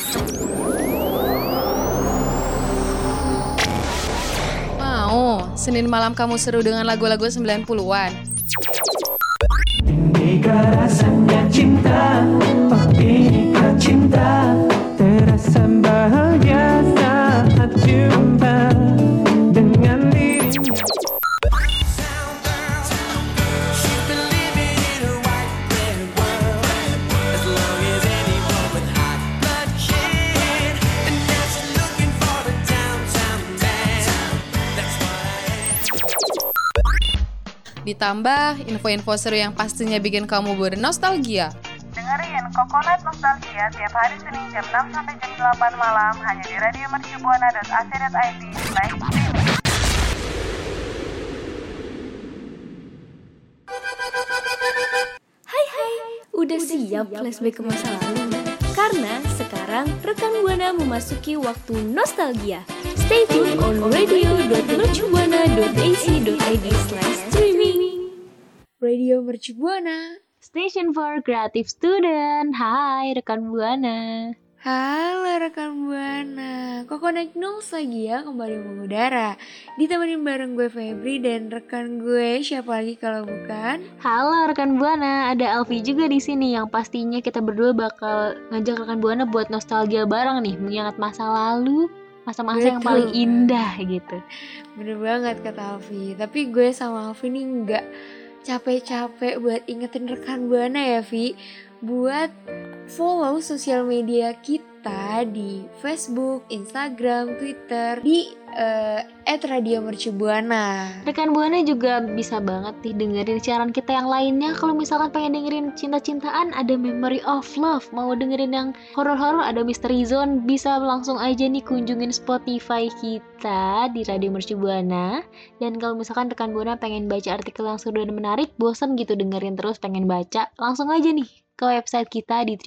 Mau, Senin malam kamu seru dengan lagu-lagu 90-an. Inikah rasanya cinta, oh inikah cinta, terasa bahagia saat jumpa dengan dirimu. Ditambah info-info seru yang pastinya bikin kamu bernostalgia. Dengerin Coconut Nostalgia tiap hari Senin jam 6 sampai jam 8 malam hanya di radiomercubuana.ac.id/streaming. Hai, udah siap flashback ke masa lalu? Karena sekarang rekan Buana memasuki waktu nostalgia. Stay tuned on radio.mercubuana.ac.id/streaming. Radio Mercu Buana, Station for Creative Student. Hai rekan Buana. halo rekan Buana, Coconut Nostalgia kembali mengudara. Ditemenin bareng gue Febri dan rekan gue siapa lagi kalau bukan? Halo rekan Buana, ada Alfi juga di sini yang pastinya kita berdua bakal ngajak rekan Buana buat nostalgia bareng nih, mengingat masa lalu, masa-masa yang paling indah gitu. Bener banget kata Alfi. Tapi gue sama Alfi nih nggak capek-capek buat ingetin rekan Buana ya Vi, buat follow sosial media kita di Facebook, Instagram, Twitter di @radiomercubuana. Rekan Buana juga bisa banget nih dengerin siaran kita yang lainnya. Kalau misalkan pengen dengerin cinta-cintaan, ada Memory of Love. Mau dengerin yang horor-horor, ada Mystery Zone. Bisa langsung aja nih kunjungin Spotify kita di Radio Mercu Buana. Dan kalau misalkan rekan Buana pengen baca artikel yang seru dan menarik, bosan gitu dengerin terus pengen baca, langsung aja nih ke website kita di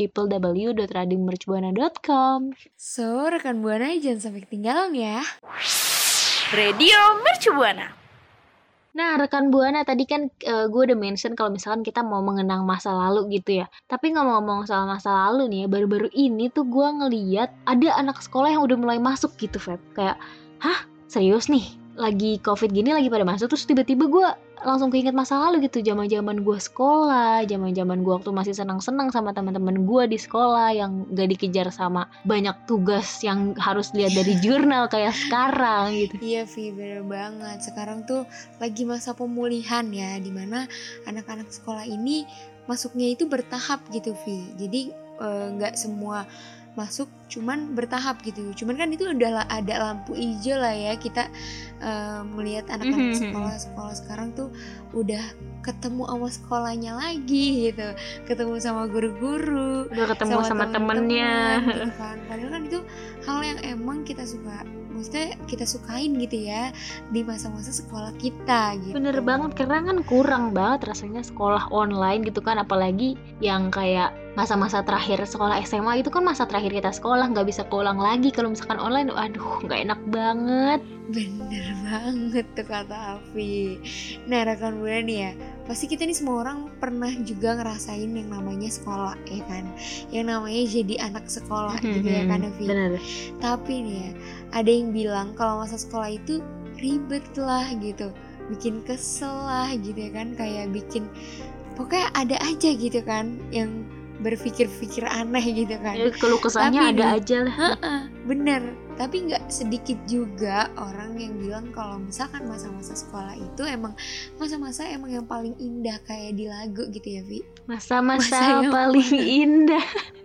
www.radiomercubuana.com. So, rekan Buana jangan sampai ketinggalan ya. Radio Mercu Buana. Nah rekan Buana tadi kan gue udah mention kalau misalkan kita mau mengenang masa lalu gitu ya. Tapi ngomong-ngomong soal masa lalu nih ya, baru-baru ini tuh gue ngeliat ada anak sekolah yang udah mulai masuk gitu Feb. Kayak, hah serius nih? Lagi covid gini lagi pada masuk, terus tiba-tiba gue langsung keinget masa lalu gitu. Zaman-zaman gue sekolah, zaman-zaman gue waktu masih senang-senang sama teman-teman gue di sekolah yang gak dikejar sama banyak tugas yang harus lihat dari jurnal kayak sekarang gitu. Iya Vi, bener banget. Sekarang tuh lagi masa pemulihan ya, dimana anak-anak sekolah ini masuknya itu bertahap gitu Vi. Jadi gak semua masuk cuman bertahap gitu. Cuman kan itu udah ada lampu hijau lah ya, kita melihat anak-anak sekolah sekarang tuh udah ketemu sama sekolahnya lagi gitu, ketemu sama guru-guru, udah ketemu sama temennya gitu kan. Padahal kan itu hal yang emang kita suka, maksudnya kita sukain gitu ya di masa-masa sekolah kita gitu. Bener banget, karena kan kurang banget rasanya sekolah online gitu kan, apalagi yang kayak masa-masa terakhir sekolah SMA itu kan masa terakhir kita sekolah, nggak bisa keulang lagi. Kalau misalkan online, aduh nggak enak banget. Bener banget tuh kata Afi. Nah rekan Buana nih ya, pasti kita nih semua orang pernah juga ngerasain yang namanya sekolah ya kan, yang namanya jadi anak sekolah gitu ya kan Afi. Bener. Tapi nih ya, ada yang bilang kalau masa sekolah itu ribet lah gitu, bikin kesel lah gitu ya kan, kayak bikin pokoknya ada aja gitu kan yang berpikir-pikir aneh gitu kan. Ya, keluh kesahnya ada aja lah. Bener. Tapi nggak sedikit juga orang yang bilang kalau misalkan masa-masa sekolah itu emang masa-masa emang yang paling indah kayak di lagu gitu ya Vi. Masa-masa paling indah.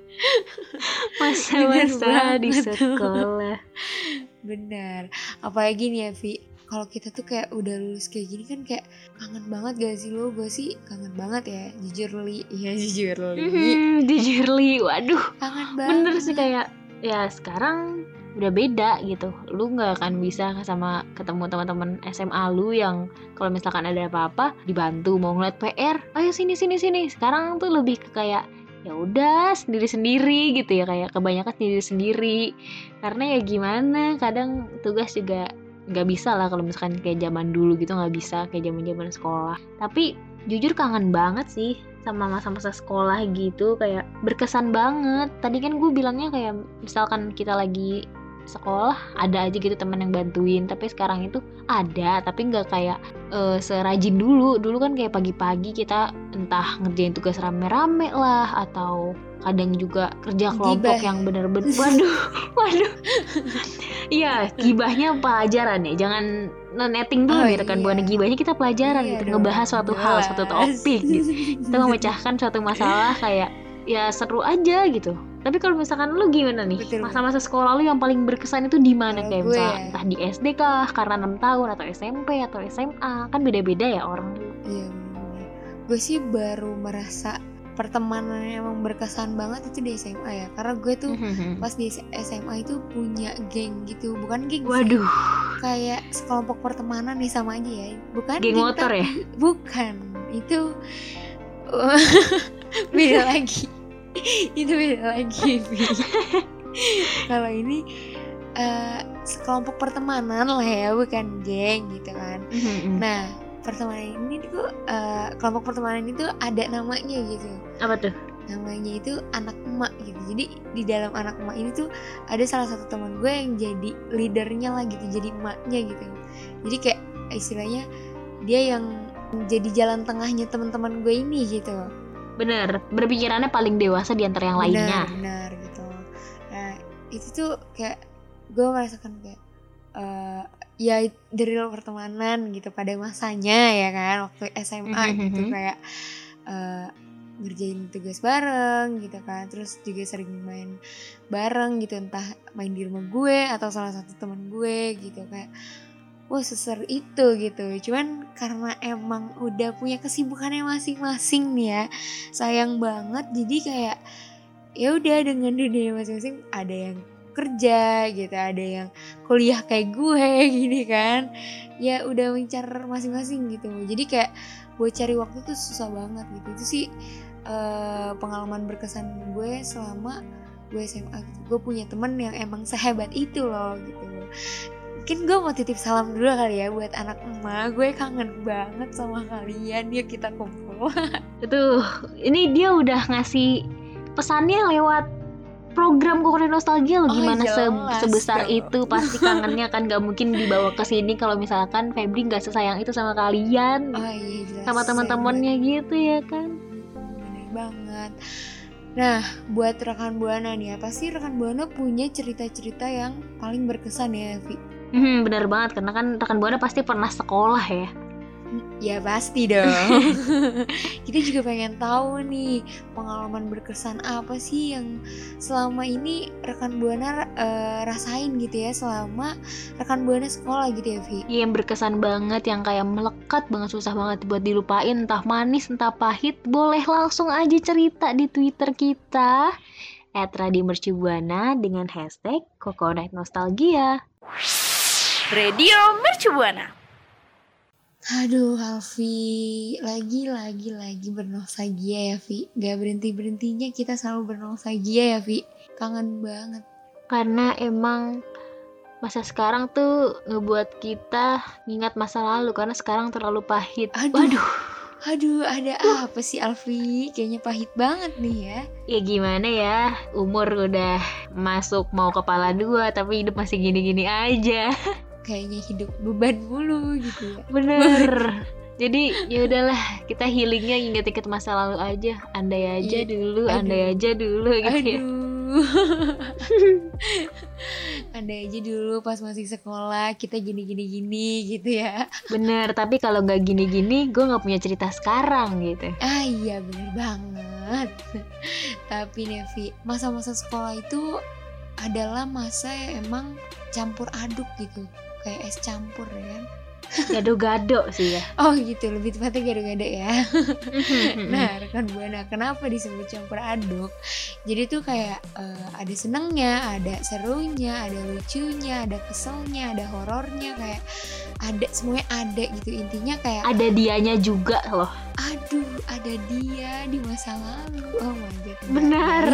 Masa-masa di sekolah. Bener. Apalagi nih ya Vi, kalau kita tuh kayak udah lulus kayak gini kan kayak kangen banget gak sih lo? Gue sih kangen banget ya, jujur li. Jujur li, waduh. Kangen banget. Bener sih, kayak ya sekarang udah beda gitu. Lu nggak akan bisa sama ketemu teman-teman SMA lu yang kalau misalkan ada apa-apa dibantu, mau ngeliat PR, ayo sini. Sekarang tuh lebih ke kayak ya udah sendiri-sendiri gitu ya, kayak kebanyakan sendiri-sendiri. Karena ya gimana, kadang tugas juga nggak bisa lah kalau misalkan kayak zaman dulu gitu, nggak bisa kayak zaman sekolah. Tapi jujur kangen banget sih sama masa-masa sekolah gitu kayak berkesan banget. Tadi kan gue bilangnya kayak misalkan kita lagi sekolah ada aja gitu teman yang bantuin, tapi sekarang itu ada tapi nggak kayak serajin dulu kan kayak pagi-pagi kita entah ngerjain tugas rame-rame lah atau kadang juga kerja kelompok yang bener-bener waduh iya gibahnya pelajaran ya, jangan netting dulu nih rekan buana, gibahnya kita pelajaran gitu, ngebahas suatu hal, suatu topik gitu, kita memecahkan suatu masalah kayak ya seru aja gitu. Tapi kalau misalkan lu gimana nih? Betul. Masa-masa sekolah lu yang paling berkesan itu di mana? Kayak misalnya gue entah di SD kah karena 6 tahun atau SMP atau SMA, kan beda-beda ya orang dulu. Iya bener. Gue sih baru merasa pertemanan yang emang berkesan banget itu di SMA ya. Karena gue tuh pas di SMA itu punya geng gitu. Bukan geng Waduh. sih, kayak sekelompok pertemanan nih sama aja ya. Bukan Geng motor ya? Bukan. Itu beda lagi. Itu beda lagi. Kalau ini sekelompok pertemanan lah ya, bukan geng gitu kan. Nah, pertemanan ini tuh kelompok pertemanan itu ada namanya gitu. Apa tuh? Namanya itu anak emak gitu. Jadi di dalam anak emak ini tuh ada salah satu teman gue yang jadi leadernya lah gitu, jadi emaknya gitu. Jadi kayak istilahnya dia yang jadi jalan tengahnya teman-teman gue ini gitu. Bener, berpikirannya paling dewasa di antara yang lainnya. Benar gitu. Nah itu tuh kayak gue merasakan kayak ya dari pertemanan gitu pada masanya ya kan, waktu SMA gitu kayak ngerjain tugas bareng gitu kan, terus juga sering main bareng gitu, entah main di rumah gue atau salah satu teman gue gitu, kayak wah seseru itu gitu. Cuman karena emang udah punya kesibukannya masing-masing nih ya, sayang banget, jadi kayak ya udah dengan dunia masing-masing, ada yang kerja gitu, ada yang kuliah kayak gue gini kan, ya udah mencar masing-masing gitu. Jadi kayak buat cari waktu tuh susah banget gitu. Itu sih pengalaman berkesan gue selama gue SMA gitu. Gue punya temen yang emang sehebat itu loh gitu. Mungkin gue mau titip salam dulu kali ya buat anak emak. Gue kangen banget sama kalian. Yuk kita kumpul. Itu ini dia udah ngasih pesannya lewat program Kokonet Nostalgia loh. Gimana sebesar dong. Itu pasti kangennya kan gak mungkin dibawa ke sini kalau misalkan Febri gak sesayang itu sama kalian. Oh iya jelas. Sama teman-temannya gitu ya kan. Bener banget. Nah, buat rekan Buana nih ya, pasti rekan Buana punya cerita-cerita yang paling berkesan ya, Vi. Bener banget, karena kan rekan Buana pasti pernah sekolah ya. Ya pasti dong. Kita juga pengen tahu nih pengalaman berkesan apa sih yang selama ini rekan Buana rasain gitu ya selama rekan Buana sekolah gitu ya Vi. Yang berkesan banget, yang kayak melekat banget, susah banget buat dilupain, entah manis entah pahit. Boleh langsung aja cerita di Twitter kita @radiomercubuana dengan hashtag Kokonet Nostalgia. Radio Mercubuana. Aduh Alfi, lagi bernostalgia ya Vi. Gak berhentinya kita selalu bernostalgia ya Vi. Kangen banget. Karena emang masa sekarang tuh ngebuat kita ngingat masa lalu, karena sekarang terlalu pahit. Aduh, ada apa sih Alfi? Kayaknya pahit banget nih ya. Ya gimana ya, umur udah masuk mau kepala 2 tapi hidup masih gini-gini aja. Kayaknya hidup beban mulu gitu ya. Bener. Jadi ya udahlah, kita healingnya inget-inget masa lalu aja. Andai aja dulu gitu ya. Andai aja dulu pas masih sekolah kita gini gitu ya. Bener, tapi kalau gak gini-gini gue gak punya cerita sekarang gitu. Iya bener banget. Tapi Nevi, masa-masa sekolah itu adalah masa yang emang campur aduk gitu, kayak es campur ya kan. Gado-gado sih ya. Oh gitu, lebih tepatnya gado-gado ya. Nah rekan Buana, kenapa disebut campur aduk? Jadi tuh kayak ada senengnya, ada serunya, ada lucunya, ada keselnya, ada horornya, kayak ada semuanya ada gitu. Intinya kayak ada dianya juga loh. Aduh, ada dia di masa lalu. Oh my god. Benar.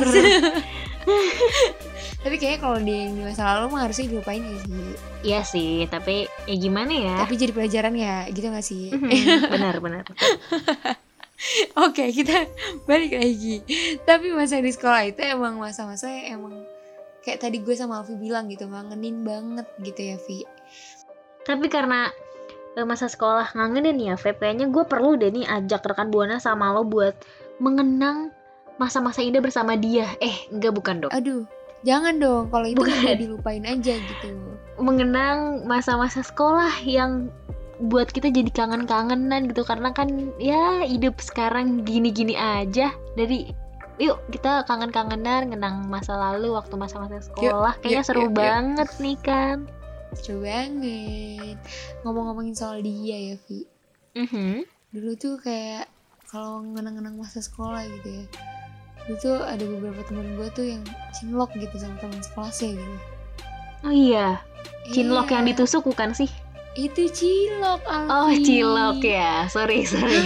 Tapi kayaknya kalau dia yang di masa lalu mah harusnya dilupain ya sih. Iya sih, tapi ya gimana ya? Tapi jadi pelajaran ya, gitu gak sih? Benar. Oke, kita balik lagi. Tapi masa di sekolah itu emang masa-masa yang emang kayak tadi gue sama Alfi bilang gitu, ngangenin banget gitu ya, Vi. Tapi karena masa sekolah ngangenin ya, Feb, kayaknya gue perlu deh nih ajak rekan Buana sama lo buat mengenang masa-masa indah bersama dia. Enggak, bukan dong. Aduh, jangan dong, kalau itu Bukan. udah dilupain aja gitu. Mengenang masa-masa sekolah yang buat kita jadi kangen-kangenan gitu, karena kan ya hidup sekarang gini-gini aja. Jadi yuk kita kangen-kangenan, ngenang masa lalu waktu masa-masa sekolah. Kayaknya seru banget nih kan. Seru banget. Ngomong-ngomongin soal dia ya, Vi. Dulu tuh kayak kalau ngenang-ngenang masa sekolah gitu ya, dulu tuh ada beberapa teman gue tuh yang cinlok gitu sama teman sekelasnya gitu. Oh iya, cinlok yang Iya, ditusuk bukan sih? itu cilok, Alfi. Oh, cilok ya, sorry.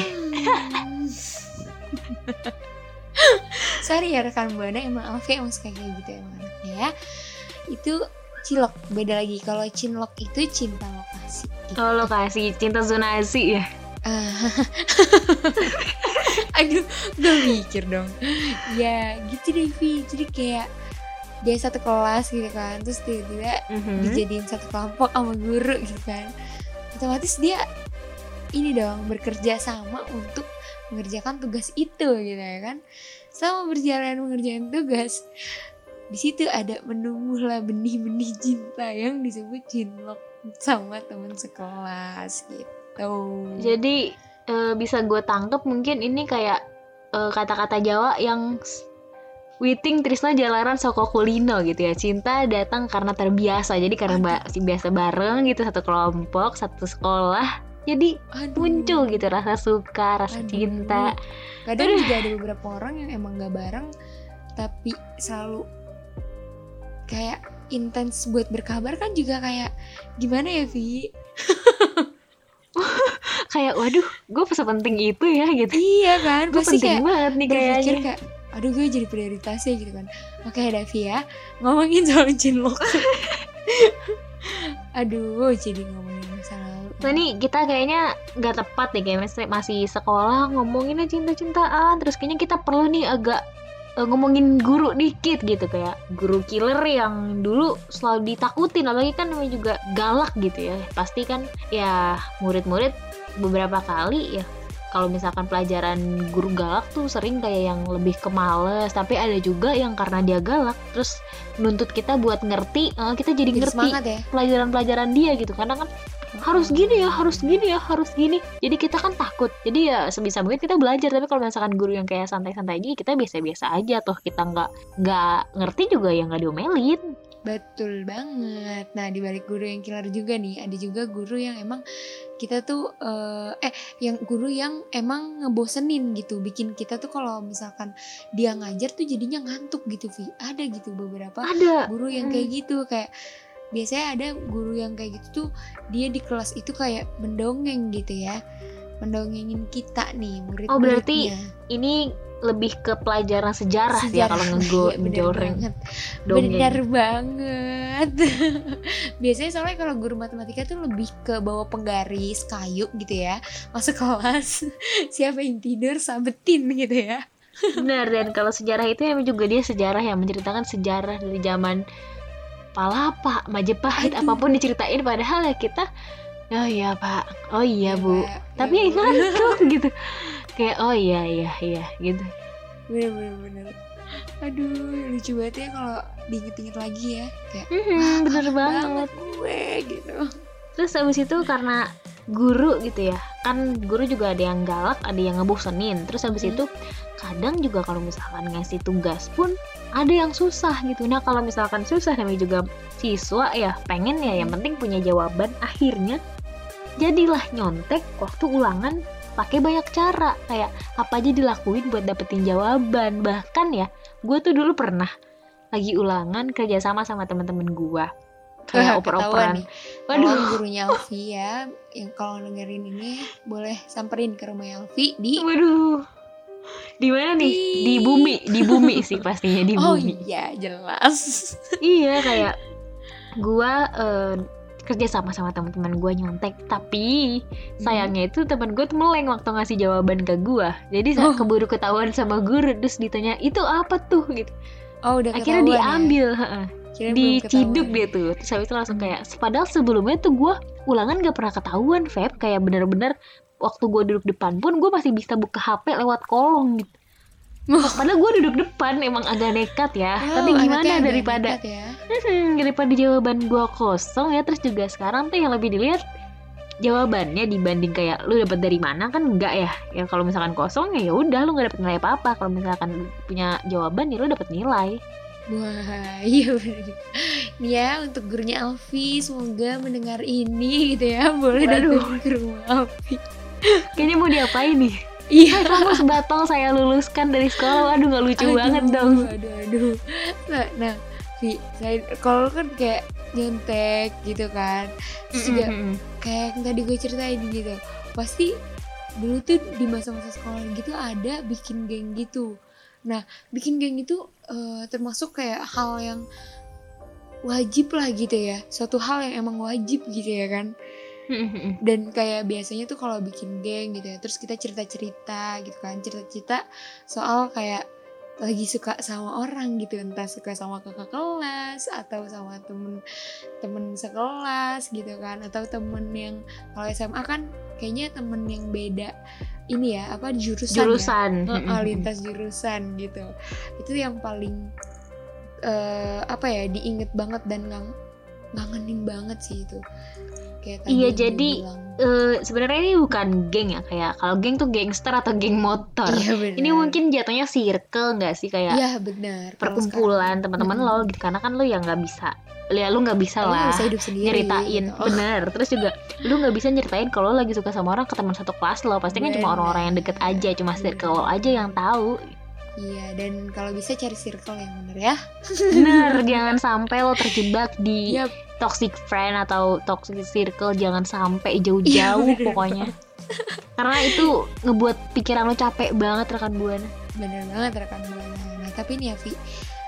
Sorry ya rekan Buana, emang Alfi emang suka kayak gitu emang anaknya ya. Itu cilok, beda lagi. Kalau cinlok itu cinta lokasi gitu. Oh, lokasi cinta zonasi ya. Aduh, gak mikir dong. Ya gitu deh, Vi. Jadi kayak dia satu kelas gitu kan, terus tiba-tiba dijadiin satu kelompok sama guru gitu kan. Otomatis dia ini dong, bekerja sama untuk mengerjakan tugas itu gitu ya kan. Sama berjalan mengerjakan tugas, di situ ada menumbuhlah benih-benih cinta yang disebut cinlok sama teman sekelas gitu. Jadi bisa gue tangkep mungkin ini kayak kata-kata Jawa yang Witing Trisna Jalaran Soko Kulino gitu ya. Cinta datang karena terbiasa. Jadi karena biasa bareng gitu, satu kelompok, satu sekolah, jadi muncul gitu rasa suka, rasa cinta. Kadang juga ada beberapa orang yang emang gak bareng tapi selalu kayak intens buat berkabar kan juga kayak gimana ya, Vi? Kayak waduh, gue sepenting itu ya gitu. Iya kan, Gue pasti penting kayak banget nih berpikir kayaknya. kayak aduh gue jadi prioritasnya gitu kan. Oke Davi ya, ngomongin soal cinlok. Aduh, jadi ngomongin masa lalu. Nah nih kita kayaknya gak tepat nih, kayak masih sekolah ngomonginnya cinta-cintaan. Terus kayaknya kita perlu nih agak ngomongin guru dikit gitu. Kayak guru killer yang dulu selalu ditakutin, apalagi kan namanya juga galak gitu ya. Pasti kan ya murid-murid beberapa kali ya, kalau misalkan pelajaran guru galak tuh sering kayak yang lebih ke males. Tapi ada juga yang karena dia galak terus nuntut kita buat ngerti, kita jadi ngerti semangat ya. pelajaran-pelajaran dia gitu. Karena kan harus gini ya, harus gini ya, harus gini. Jadi kita kan takut. Jadi ya sebisa mungkin kita belajar. Tapi kalau misalkan guru yang kayak santai-santai aja, kita biasa-biasa aja. Toh kita nggak ngerti juga ya nggak diomelin. Betul banget. Nah, di balik guru yang killer juga nih, ada juga guru yang emang kita tuh yang guru yang emang ngebosenin gitu, bikin kita tuh kalau misalkan dia ngajar tuh jadinya ngantuk gitu, Vi. Ada gitu beberapa guru yang kayak gitu. Kayak biasanya ada guru yang kayak gitu tuh, dia di kelas itu kayak mendongeng gitu ya, mendongengin kita nih murid-muridnya. Oh berarti ini lebih ke pelajaran sejarah ya kalau ngejoreng dongeng. Bener banget. Biasanya soalnya kalau guru matematika tuh lebih ke bawa penggaris kayu gitu ya, masuk kelas, siapa yang tidur sabetin gitu ya. Benar, dan kalau sejarah itu emang juga dia sejarah yang menceritakan sejarah dari zaman Palapa, Majapahit, apapun diceritain, padahal ya kita oh iya Pak, oh iya Bu, tapi ya ngantuk gitu. Kayak oh iya gitu. Bener. Aduh, lucu banget ya kalau diinget-inget lagi ya. Kayak bener banget gue gitu. Terus habis itu karena guru gitu ya, kan guru juga ada yang galak, ada yang ngebosenin. Terus habis itu kadang juga kalau misalkan ngasih tugas pun ada yang susah gitu. Nah kalau misalkan susah, namanya juga siswa ya pengen ya yang penting punya jawaban. Akhirnya jadilah nyontek waktu ulangan pakai banyak cara, kayak apa aja dilakuin buat dapetin jawaban. Bahkan ya gue tuh dulu pernah lagi ulangan kerjasama sama teman-teman gue, kayak oper-operan. Waduh, gurunya Alfi ya, yang kalau dengerin ini boleh samperin ke rumah Alfi di di mana nih? Di bumi sih pastinya, di bumi. Oh iya, jelas. Iya, kayak gua kerja sama teman-teman gue nyontek. Tapi sayangnya itu teman gue tuh meleng waktu ngasih jawaban ke gue. Jadi keburu ketahuan sama guru, terus ditanya itu apa tuh gitu. Oh, udah akhirnya ketahuan diambil, Kirain belum diciduk ketahuan. dia tuh. Terus habis itu langsung kayak, padahal sebelumnya tuh gue ulangan gak pernah ketahuan, Feb. Kayak bener-bener waktu gue duduk depan pun gue masih bisa buka HP lewat kolong gitu. Padahal gue duduk depan emang agak nekat ya. Wow, Tapi gimana anaknya agak daripada nekat ya. daripada jawaban gue kosong ya. Terus juga sekarang tuh yang lebih dilihat jawabannya dibanding kayak lu dapat dari mana, kan enggak ya. Ya kalau misalkan kosong ya udah lu nggak dapet nilai apa-apa. Kalau misalkan punya jawaban ya lu dapet nilai. Wah, iya bener. Nih ya, untuk gurunya Alfi, semoga mendengar ini gitu ya. Boleh Waduh. datang ke rumah Alfi. Kayaknya mau diapain nih? Iya. Kamu sebatang saya luluskan dari sekolah. Aduh, nggak lucu banget dong. Aduh. Nah, Vi, kalau kan kayak nyontek gitu kan, terus juga kayak yang tadi gue ceritain gitu, pasti dulu tuh di masa-masa sekolah gitu ada bikin geng gitu. Nah, bikin geng itu termasuk kayak hal yang wajib lah gitu ya, suatu hal yang emang wajib gitu ya kan. Dan kayak biasanya tuh kalau bikin geng gitu ya, terus kita cerita-cerita gitu kan, cerita-cerita soal kayak lagi suka sama orang gitu, entah suka sama kakak kelas atau sama temen sekelas gitu kan, atau temen yang kalau SMA kan kayaknya temen yang beda ini ya, apa jurusan. Ya? Lintas jurusan gitu. Itu yang paling apa ya, diinget banget dan ngangenin banget sih itu. Kayak tadi Iya, yang jadi dia bilang. sebenarnya ini bukan geng ya, kayak kalau geng tuh gangster atau geng motor. Iya, bener. Ini mungkin jatuhnya circle nggak sih, kayak Iya benar. perkumpulan teman-teman lo gitu. Karena kan lo yang nggak bisa, ya lu nggak bisa Lo lah bisa hidup sendiri nyeritain, gitu. bener. Terus juga lu nggak bisa nyeritain kalau lo lagi suka sama orang ke teman satu kelas lo. Pasti kan cuma Bener. orang-orang yang deket aja, cuma circle lo aja yang tahu. Iya, dan kalau bisa cari circle yang bener ya. Bener, jangan sampai lo terjebak di Yap. toxic friend atau toxic circle. Jangan sampai Iya, jauh-jauh bener. pokoknya. Karena itu ngebuat pikiran lo capek banget, rekan Buana. Bener banget rekan Buana. Nah tapi nih ya Vi,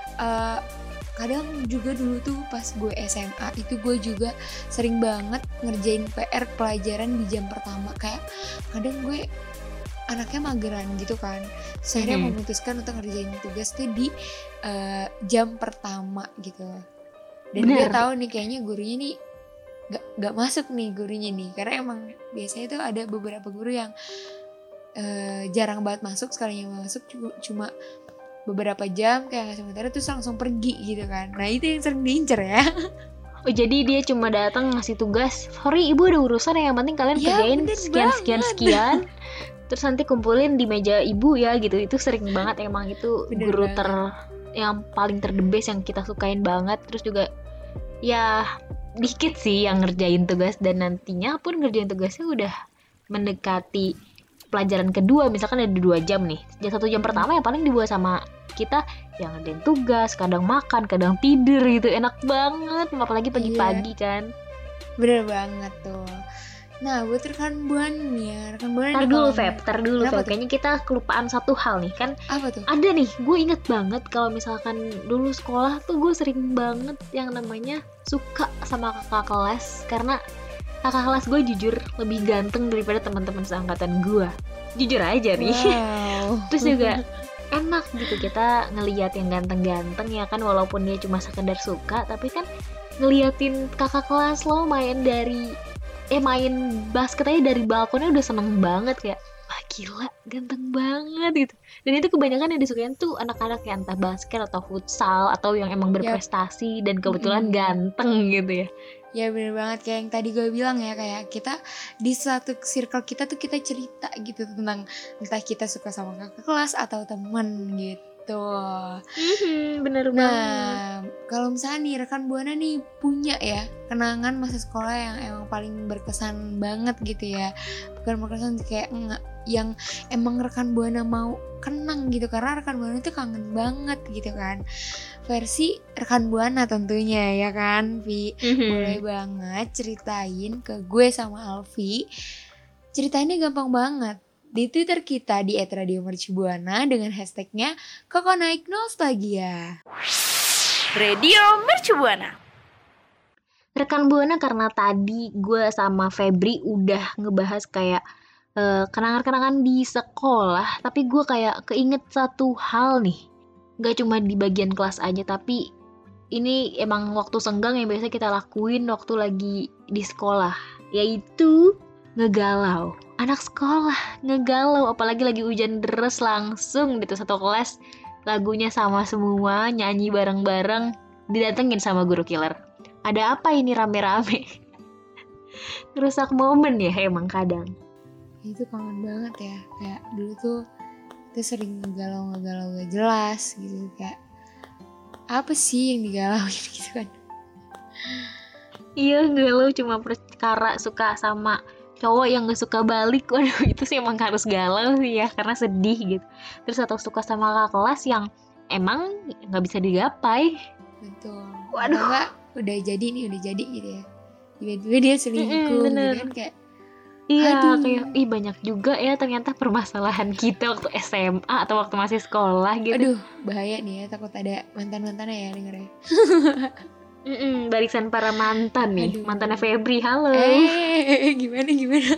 kadang juga dulu tuh pas gue SMA itu gue juga sering banget ngerjain PR pelajaran di jam pertama. Kayak kadang gue anaknya mageran gitu kan, saya memutuskan untuk ngerjain tugas tuh di jam pertama gitu. Dan dia tahu nih kayaknya gurunya nih gak masuk nih gurunya nih, karena emang biasanya tuh ada beberapa guru yang jarang banget masuk, sekalinya masuk cuma beberapa jam kayak ngasih materi terus langsung pergi gitu kan. Nah itu yang sering diincer ya. Oh, jadi dia cuma datang ngasih tugas, sorry ibu ada urusan, yang penting kalian Ya, kerjain bener sekian. Terus nanti kumpulin di meja ibu ya gitu. Itu sering banget emang, itu Bener guru banget. yang paling terdebes yang kita sukain banget. Terus juga ya dikit sih yang ngerjain tugas, dan nantinya pun ngerjain tugasnya udah mendekati pelajaran kedua. Misalkan ada 2 jam nih, 1 jam pertama yang paling dibuat sama kita yang ngerjain tugas, kadang makan, kadang tidur gitu. Enak banget, apalagi pagi-pagi kan. Bener banget tuh. Nah buat rekan Buana nih ya, rekan Buana Tar nih dulu kalau- Feb, Kenapa tuh? Kayaknya kita kelupaan satu hal nih kan. Apa tuh? Ada nih, gue inget banget kalau misalkan dulu sekolah tuh gue sering banget yang namanya suka sama kakak kelas. Karena kakak kelas gue jujur lebih ganteng daripada teman-teman seangkatan gue. Jujur aja nih. Wow. Terus juga enak gitu kita ngeliat yang ganteng-ganteng ya kan, walaupun dia cuma sekedar suka, tapi kan ngeliatin kakak kelas lo main basket aja dari balkonnya udah seneng banget, kayak wah gila ganteng banget gitu. Dan itu kebanyakan yang disukain tuh anak-anak yang entah basket atau futsal atau yang emang berprestasi dan kebetulan ganteng gitu ya. Ya bener banget, kayak yang tadi gue bilang ya, kayak kita di satu circle kita tuh kita cerita gitu tentang entah kita suka sama kakak kelas atau temen gitu. Bener banget. Nah, kalau misalnya nih rekan Buana nih punya ya kenangan masa sekolah yang emang paling berkesan banget gitu ya. Bukan berkesan kayak yang emang rekan Buana mau kenang gitu, karena rekan Buana itu kangen banget gitu kan. Versi rekan Buana tentunya ya kan, Vi. Boleh banget ceritain ke gue sama Alfi. Ceritainnya gampang banget. Di Twitter kita di @radiomercubuana dengan hashtagnya Koko Naik Nostalgia. Radio Mercubuana. Rekan Buana karena tadi gue sama Febri udah ngebahas kayak kenangan-kenangan di sekolah, tapi gue kayak keinget satu hal nih. Gak cuma di bagian kelas aja, tapi ini emang waktu senggang yang biasa kita lakuin waktu lagi di sekolah, yaitu ngegalau. Anak sekolah ngegalau, apalagi lagi hujan deras, langsung di satu kelas lagunya sama semua, nyanyi bareng-bareng, didatengin sama guru killer. Ada apa ini rame-rame? Ngerusak momen ya emang kadang. Itu kangen banget ya, kayak dulu tuh kita sering ngegalau gak jelas gitu, kayak apa sih yang digalauin gitu kan. Iya, galau cuma perkara suka sama cowok yang gak suka balik. Waduh, itu sih emang harus galau sih ya, karena sedih gitu. Terus atau suka sama kakak kelas yang emang gak bisa digapai. Betul. Waduh. Atau enggak udah jadi gitu ya, tiba-tiba dia selingkuh gitu bener. kan, kayak Iya, aduh. kayak banyak juga ya ternyata permasalahan kita waktu SMA atau waktu masih sekolah gitu. Aduh, bahaya nih ya, takut ada mantan-mantannya ya denger ya. Barisan para mantan nih. Aduh. Mantannya Febri, halo. Gimana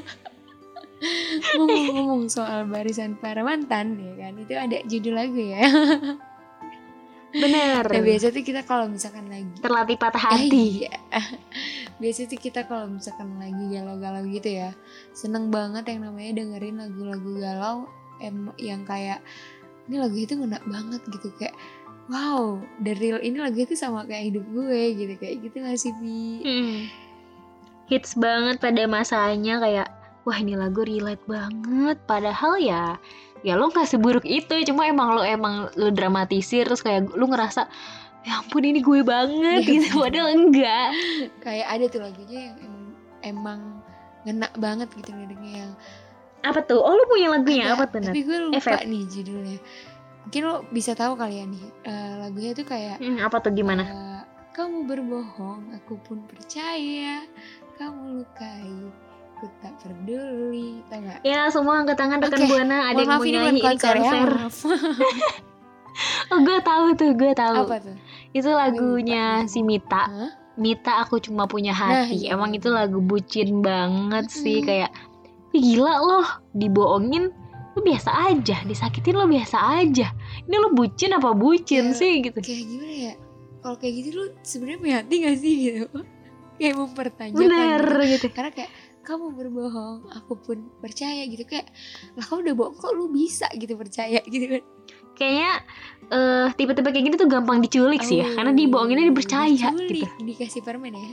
ngomong soal barisan para mantan ya kan, itu ada judul lagu ya. Bener. Nah biasa tuh kita kalau misalkan lagi Terlatih patah hati. iya. Biasa tuh kita kalau misalkan lagi galau-galau gitu ya, seneng banget yang namanya dengerin lagu-lagu galau yang kayak ini lagu itu ngena banget gitu, kayak wow, the real ini lagu itu sama kayak hidup gue gitu, kayak gitu gak sih Bi? Hits banget pada masanya, kayak wah ini lagu relate banget. Padahal ya lo gak seburuk itu, cuma emang lo dramatisir, terus kayak lo ngerasa ya ampun ini gue banget gitu, padahal enggak. Kayak ada tuh lagunya yang emang ngena banget gitu liriknya, yang apa tuh? Oh, lo punya lagunya ada, apa tuh? tapi gue lupa Feb. nih judulnya. Mungkin lo bisa tahu kali ya nih. Lagunya tuh kayak Apa tuh, gimana? kamu berbohong, aku pun percaya. Kamu lukai, aku tak peduli. Tau gak? Ya, semua angkat tangan rekan Oke, Buana, ada yang mau ini nyanyi, ini konser. ya, maaf. Oh, gue tahu. Apa tuh? Itu lagunya lupa. si Mita. Hah? Mita, aku cuma punya hati. iya, Emang iya. itu lagu bucin banget sih, kayak gila loh, dibohongin lo biasa aja, disakitin lo biasa aja. Ini lo bucin apa bucin Ya, sih gitu. Kayak gimana ya? Kalau kayak gitu lu sebenarnya punya hati gak sih gitu? Kayak mempertanyakan. Bener gitu. Karena kayak kamu berbohong, aku pun percaya gitu, kayak lah kamu udah bohong kok lu bisa gitu percaya gitu kan? Kayaknya tipe-tipe kayak gini tuh gampang diculik sih ya, karena dibohonginnya dipercaya diculik, gitu. dikasih permen ya.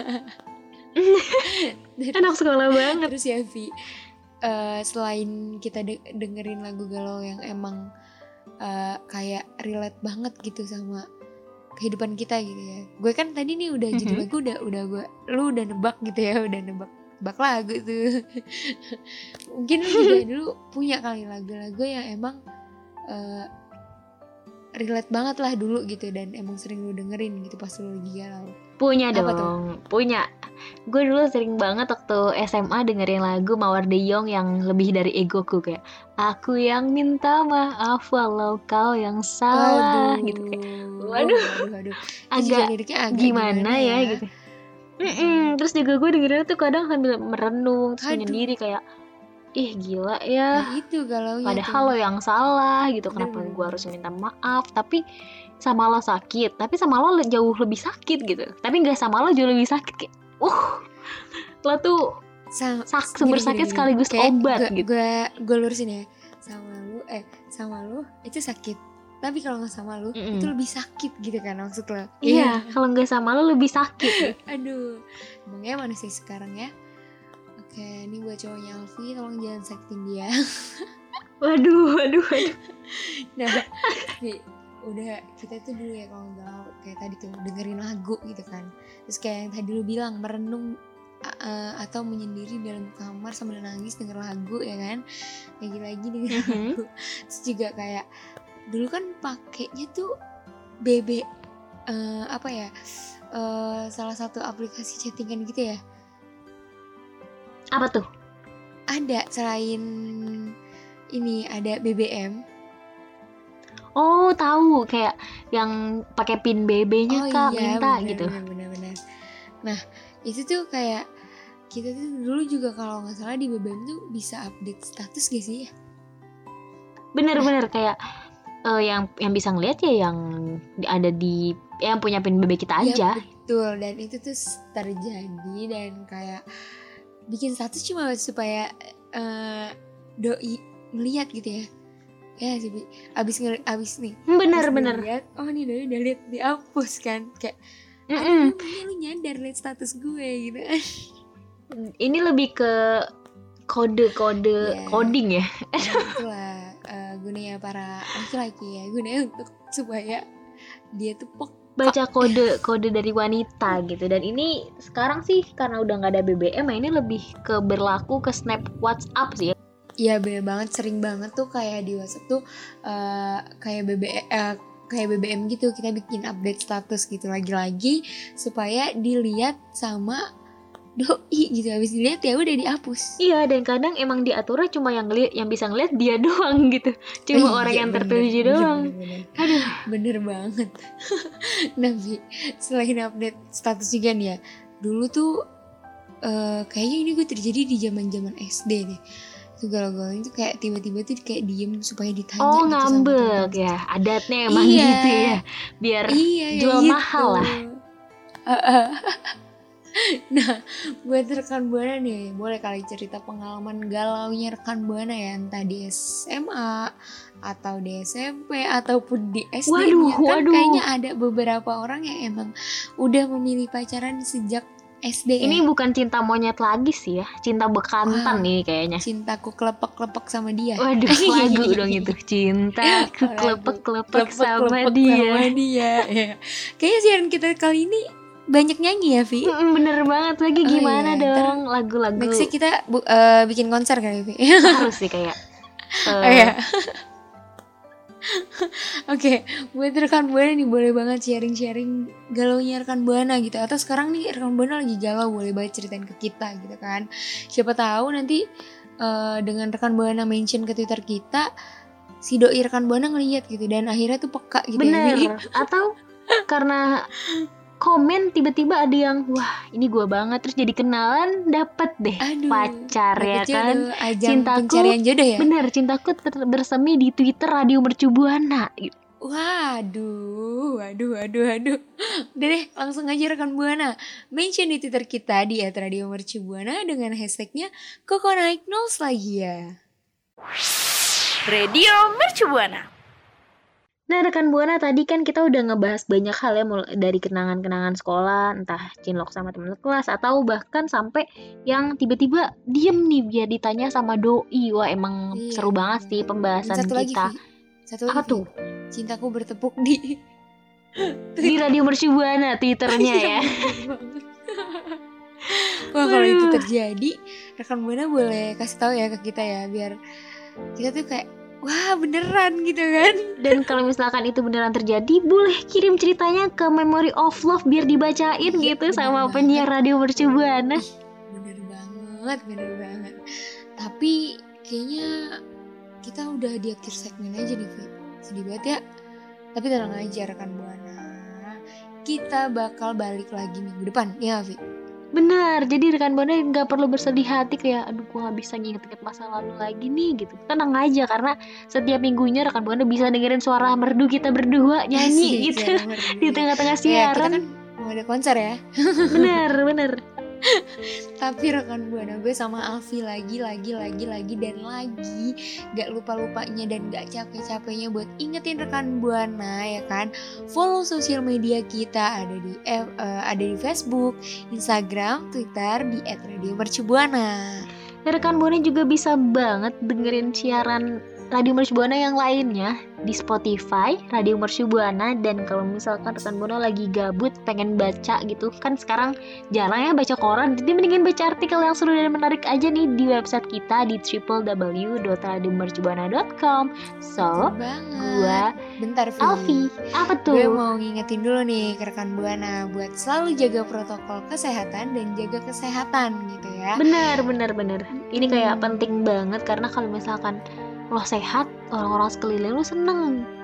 Anak sekolah banget. Terus ya Vi, selain kita dengerin lagu galau yang emang kayak relate banget gitu sama kehidupan kita gitu ya. Gue kan tadi nih udah judul lagu lu udah nebak gitu ya, udah nebak lagu tuh. Mungkin lu juga dulu punya kali lagu-lagu yang emang relate banget lah dulu gitu, dan emang sering lu dengerin gitu pas lu lagi galau. Punya Apa dong, punya. Gue dulu sering banget waktu SMA dengerin lagu Mawar De Jong yang Lebih Dari Egoku, kayak aku yang minta maaf walau kau yang salah gitu, kayak waduh. Agak gimana ya gitu. Terus juga gue dengerin tuh kadang sambil merenung, terus menyendiri kayak ih gila ya. Nah, itu galaunya padahal tuh. Lo yang salah gitu, kenapa gue harus minta maaf, tapi sama lo sakit, tapi sama lo jauh lebih sakit gitu, tapi nggak sama lo jauh lebih sakit, kayak lo tuh sumber sakit sekaligus obat gitu. Gue lurusin ya, sama lu itu sakit, tapi kalau nggak sama lu itu lebih sakit gitu kan maksud lo. Iya, kalau nggak sama lo lebih sakit gitu. Aduh, emangnya manusia sekarang ya. Oke, ini buat cowoknya Alfi, tolong jangan sakitin dia. Waduh. Nah, nih, udah kita tuh dulu ya kalau galau kayak tadi tuh dengerin lagu gitu kan. Terus kayak yang tadi lu bilang merenung atau menyendiri dalam kamar sambil nangis denger lagu ya kan. Lagi-lagi denger lagu. Terus juga kayak dulu kan pakainya tuh BB salah satu aplikasi chattingan gitu ya. Apa tuh? Ada selain ini ada BBM. Oh, tahu, kayak yang pakai pin BB-nya Kak, iya, minta bener, gitu. Bener. Nah itu tuh kayak kita tuh dulu juga kalau nggak salah di BBM tuh bisa update status gak sih ya? Bener-bener kayak yang bisa ngeliat ya yang ada di yang punya pin BB kita aja. Ya betul, dan itu tuh terjadi dan kayak bikin status cuma supaya doi ngeliat gitu ya. Ya sih, abis nih. Bener-bener. Lihat, oh nih doi udah lihat dihapus kan, kayak lu nyadar liat status gue gitu. Ini lebih ke kode-kode coding ya. Itulah gunanya para laki-laki ya, gunanya untuk supaya dia tuh baca kode dari wanita gitu. Dan ini sekarang sih karena udah nggak ada BBM, ini lebih ke berlaku ke snap WhatsApp sih. Iya bener banget, sering banget tuh kayak di WhatsApp tuh kayak BBM gitu, kita bikin update status gitu lagi-lagi supaya dilihat sama doi gitu. Habis dilihat ya udah dihapus. Iya, dan kadang emang diaturnya cuma yang bisa ngeliat dia doang gitu. Cuma orang yang tertuju doang. Aduh, bener banget. Tapi selain update status juga nih ya, dulu tuh kayaknya ini gue terjadi di zaman SD deh. Tuh galau-galau itu kayak tiba-tiba tuh kayak diem supaya ditanya gitu ngambek sama ya, adatnya emang gitu ya, biar jual gitu. mahal lah. Nah, buat rekan Buana nih, boleh kali cerita pengalaman galaunya rekan Buana ya, entah di SMA atau di SMP ataupun di SD. Kan kayaknya ada beberapa orang yang emang udah memilih pacaran sejak SD. Ini bukan cinta monyet lagi sih ya, cinta bekantan nih kayaknya. Cintaku kelepek-kelepek sama dia. Waduh, lagu dong itu. Cintaku kelepek-kelepek sama dia. Ya. Kayaknya siaran kita kali ini banyak nyanyi ya, Vi? Bener banget, lagi gimana dong lagu-lagu. Nextnya kita bikin konser kali, Vi? Harus sih kayak Oke, buat rekan Buana nih boleh banget sharing-sharing galaunya rekan Buana gitu. Atau sekarang nih rekan Buana lagi galau, boleh banget ceritain ke kita gitu kan. Siapa tahu nanti dengan rekan Buana mention ke Twitter kita, si doi rekan Buana ngeliat gitu dan akhirnya tuh peka gitu. Bener. Ya. Atau karena komen tiba-tiba ada yang wah ini gue banget, terus jadi kenalan dapet deh pacar ya kan. Cintaku pencarian jodoh ya. Bener, cintaku bersemi di Twitter Radio Mercu Buana gitu. Waduh. Udah deh, langsung aja rekan Buana mention di Twitter kita di @Radio Mercu Buana dengan hashtagnya Koko Naik Nostalgia. Radio Mercu Buana. Nah rekan Buana, tadi kan kita udah ngebahas banyak hal ya, mulai dari kenangan-kenangan sekolah, entah cinlok sama temen kelas, atau bahkan sampai yang tiba-tiba diem nih biar ditanya sama doi. Wah emang seru banget sih pembahasan kita. Satu lagi, tuh? Cintaku bertepuk di Radio Mercu Buana Twitternya ya. Wah kalau itu terjadi, rekan Buana boleh kasih tahu ya ke kita ya, biar kita tuh kayak wah beneran gitu kan. Dan kalau misalkan itu beneran terjadi, boleh kirim ceritanya ke Memory of Love biar dibacain gitu sama penyiar Radio Mercu Buana. Bener banget. Tapi kayaknya kita udah di akhir segmen aja nih, Vi. Sedih banget ya. Tapi tenang aja rekan Buana, kita bakal balik lagi minggu depan ya, Vi. Benar, jadi rekan Buana gak perlu bersedih hati kayak aduh gue gak bisa nginget-inget masa lalu lagi nih gitu. Tenang aja, karena setiap minggunya rekan Buana bisa dengerin suara merdu kita berdua nyanyi gitu di tengah-tengah siaran. Kita kan mau ada konser ya. Bener. Tapi rekan Buana, gue sama Alfi lagi dan lagi gak lupa-lupanya dan gak capek-capeknya buat ingetin rekan Buana ya kan, follow sosial media kita, ada di Facebook, Instagram, Twitter di @radiomercubuana. Rekan Buana juga bisa banget dengerin siaran Radio Mercu Buana yang lainnya di Spotify, Radio Mercu Buana. Dan kalau misalkan rekan Buana lagi gabut pengen baca gitu, kan sekarang jarang ya baca koran, jadi mendingan baca artikel yang seru dan menarik aja nih di website kita di www.radiomercubuana.com. So, gua bentar, Alfi, apa tuh? Gue mau ngingetin dulu nih ke rekan Buana buat selalu jaga protokol kesehatan dan jaga kesehatan gitu ya. Bener. Ini kayak penting banget, karena kalau misalkan lo sehat, orang-orang sekeliling lo seneng.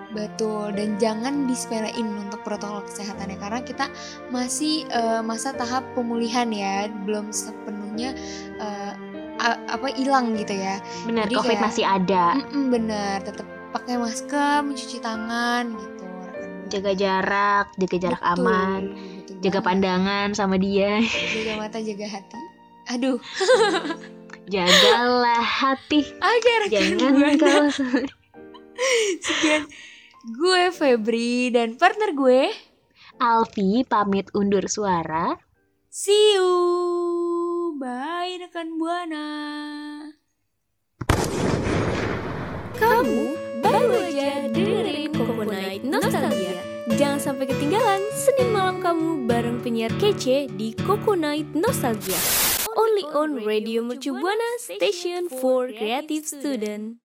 Betul, dan jangan disepelein untuk protokol kesehatannya karena kita masih masa tahap pemulihan ya, belum sepenuhnya hilang gitu ya. Bener, Jadi COVID kayak- masih ada. Bener, tetap pakai masker, mencuci tangan gitu. Jaga jarak Betul, aman. betul Jaga banget. pandangan sama dia. Jaga mata, jaga hati. Aduh, Jagalah hati. oke rekan Jangan Buana. kau Sekian gue Febri dan partner gue. Alfi pamit undur suara. See you. Bye rekan Buana. Kamu baru aja dengerin Coconut Nostalgia. Jangan sampai ketinggalan Senin malam kamu bareng penyiar kece di Coconut Nostalgia. Only on Radio Mercu Buana Station for Creative Student.